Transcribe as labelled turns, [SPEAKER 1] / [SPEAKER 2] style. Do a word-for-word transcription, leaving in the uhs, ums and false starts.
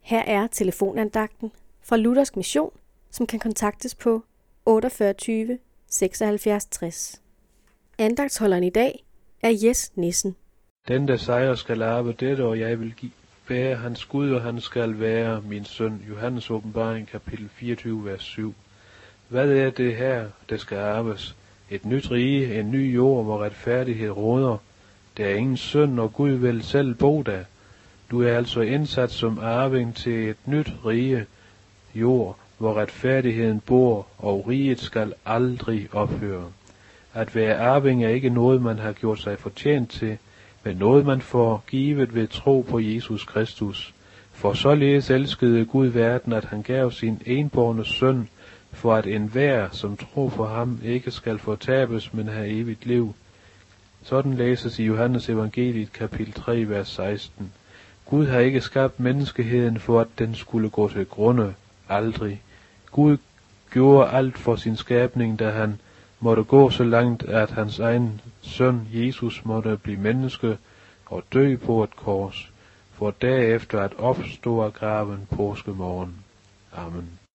[SPEAKER 1] Her er telefonandagten fra Luthersk Mission, som kan kontaktes på otteogfyrre tyve seksoghalvfjerds tres. Andagtsholderen i dag er Jes Nissen.
[SPEAKER 2] Den, der sejrer, skal arve dette, og jeg vil give, bære hans skud, og han skal være min søn. Johannes åbenbaring, kapitel fireogtyve, vers syv. Hvad er det her, der skal arves? Et nyt rige, en ny jord, hvor retfærdighed råder. Der er ingen synd, og Gud vil selv bo der. Du er altså indsat som arving til et nyt rige, jord, hvor retfærdigheden bor, og riget skal aldrig ophøre. At være arving er ikke noget, man har gjort sig fortjent til, men noget, man får givet ved tro på Jesus Kristus. For således elskede Gud verden, at han gav sin enbårne søn, for at enhver, som tror på ham, ikke skal fortabes, men have evigt liv. Sådan læses i Johannes evangeliet, kapitel tre, vers seksten. Gud har ikke skabt menneskeheden, for at den skulle gå til grunde. Aldrig. Gud gjorde alt for sin skabning, da han måtte gå så langt, at hans egen søn Jesus måtte blive menneske og dø på et kors, for derefter at opstå af graven påskemorgen. Amen.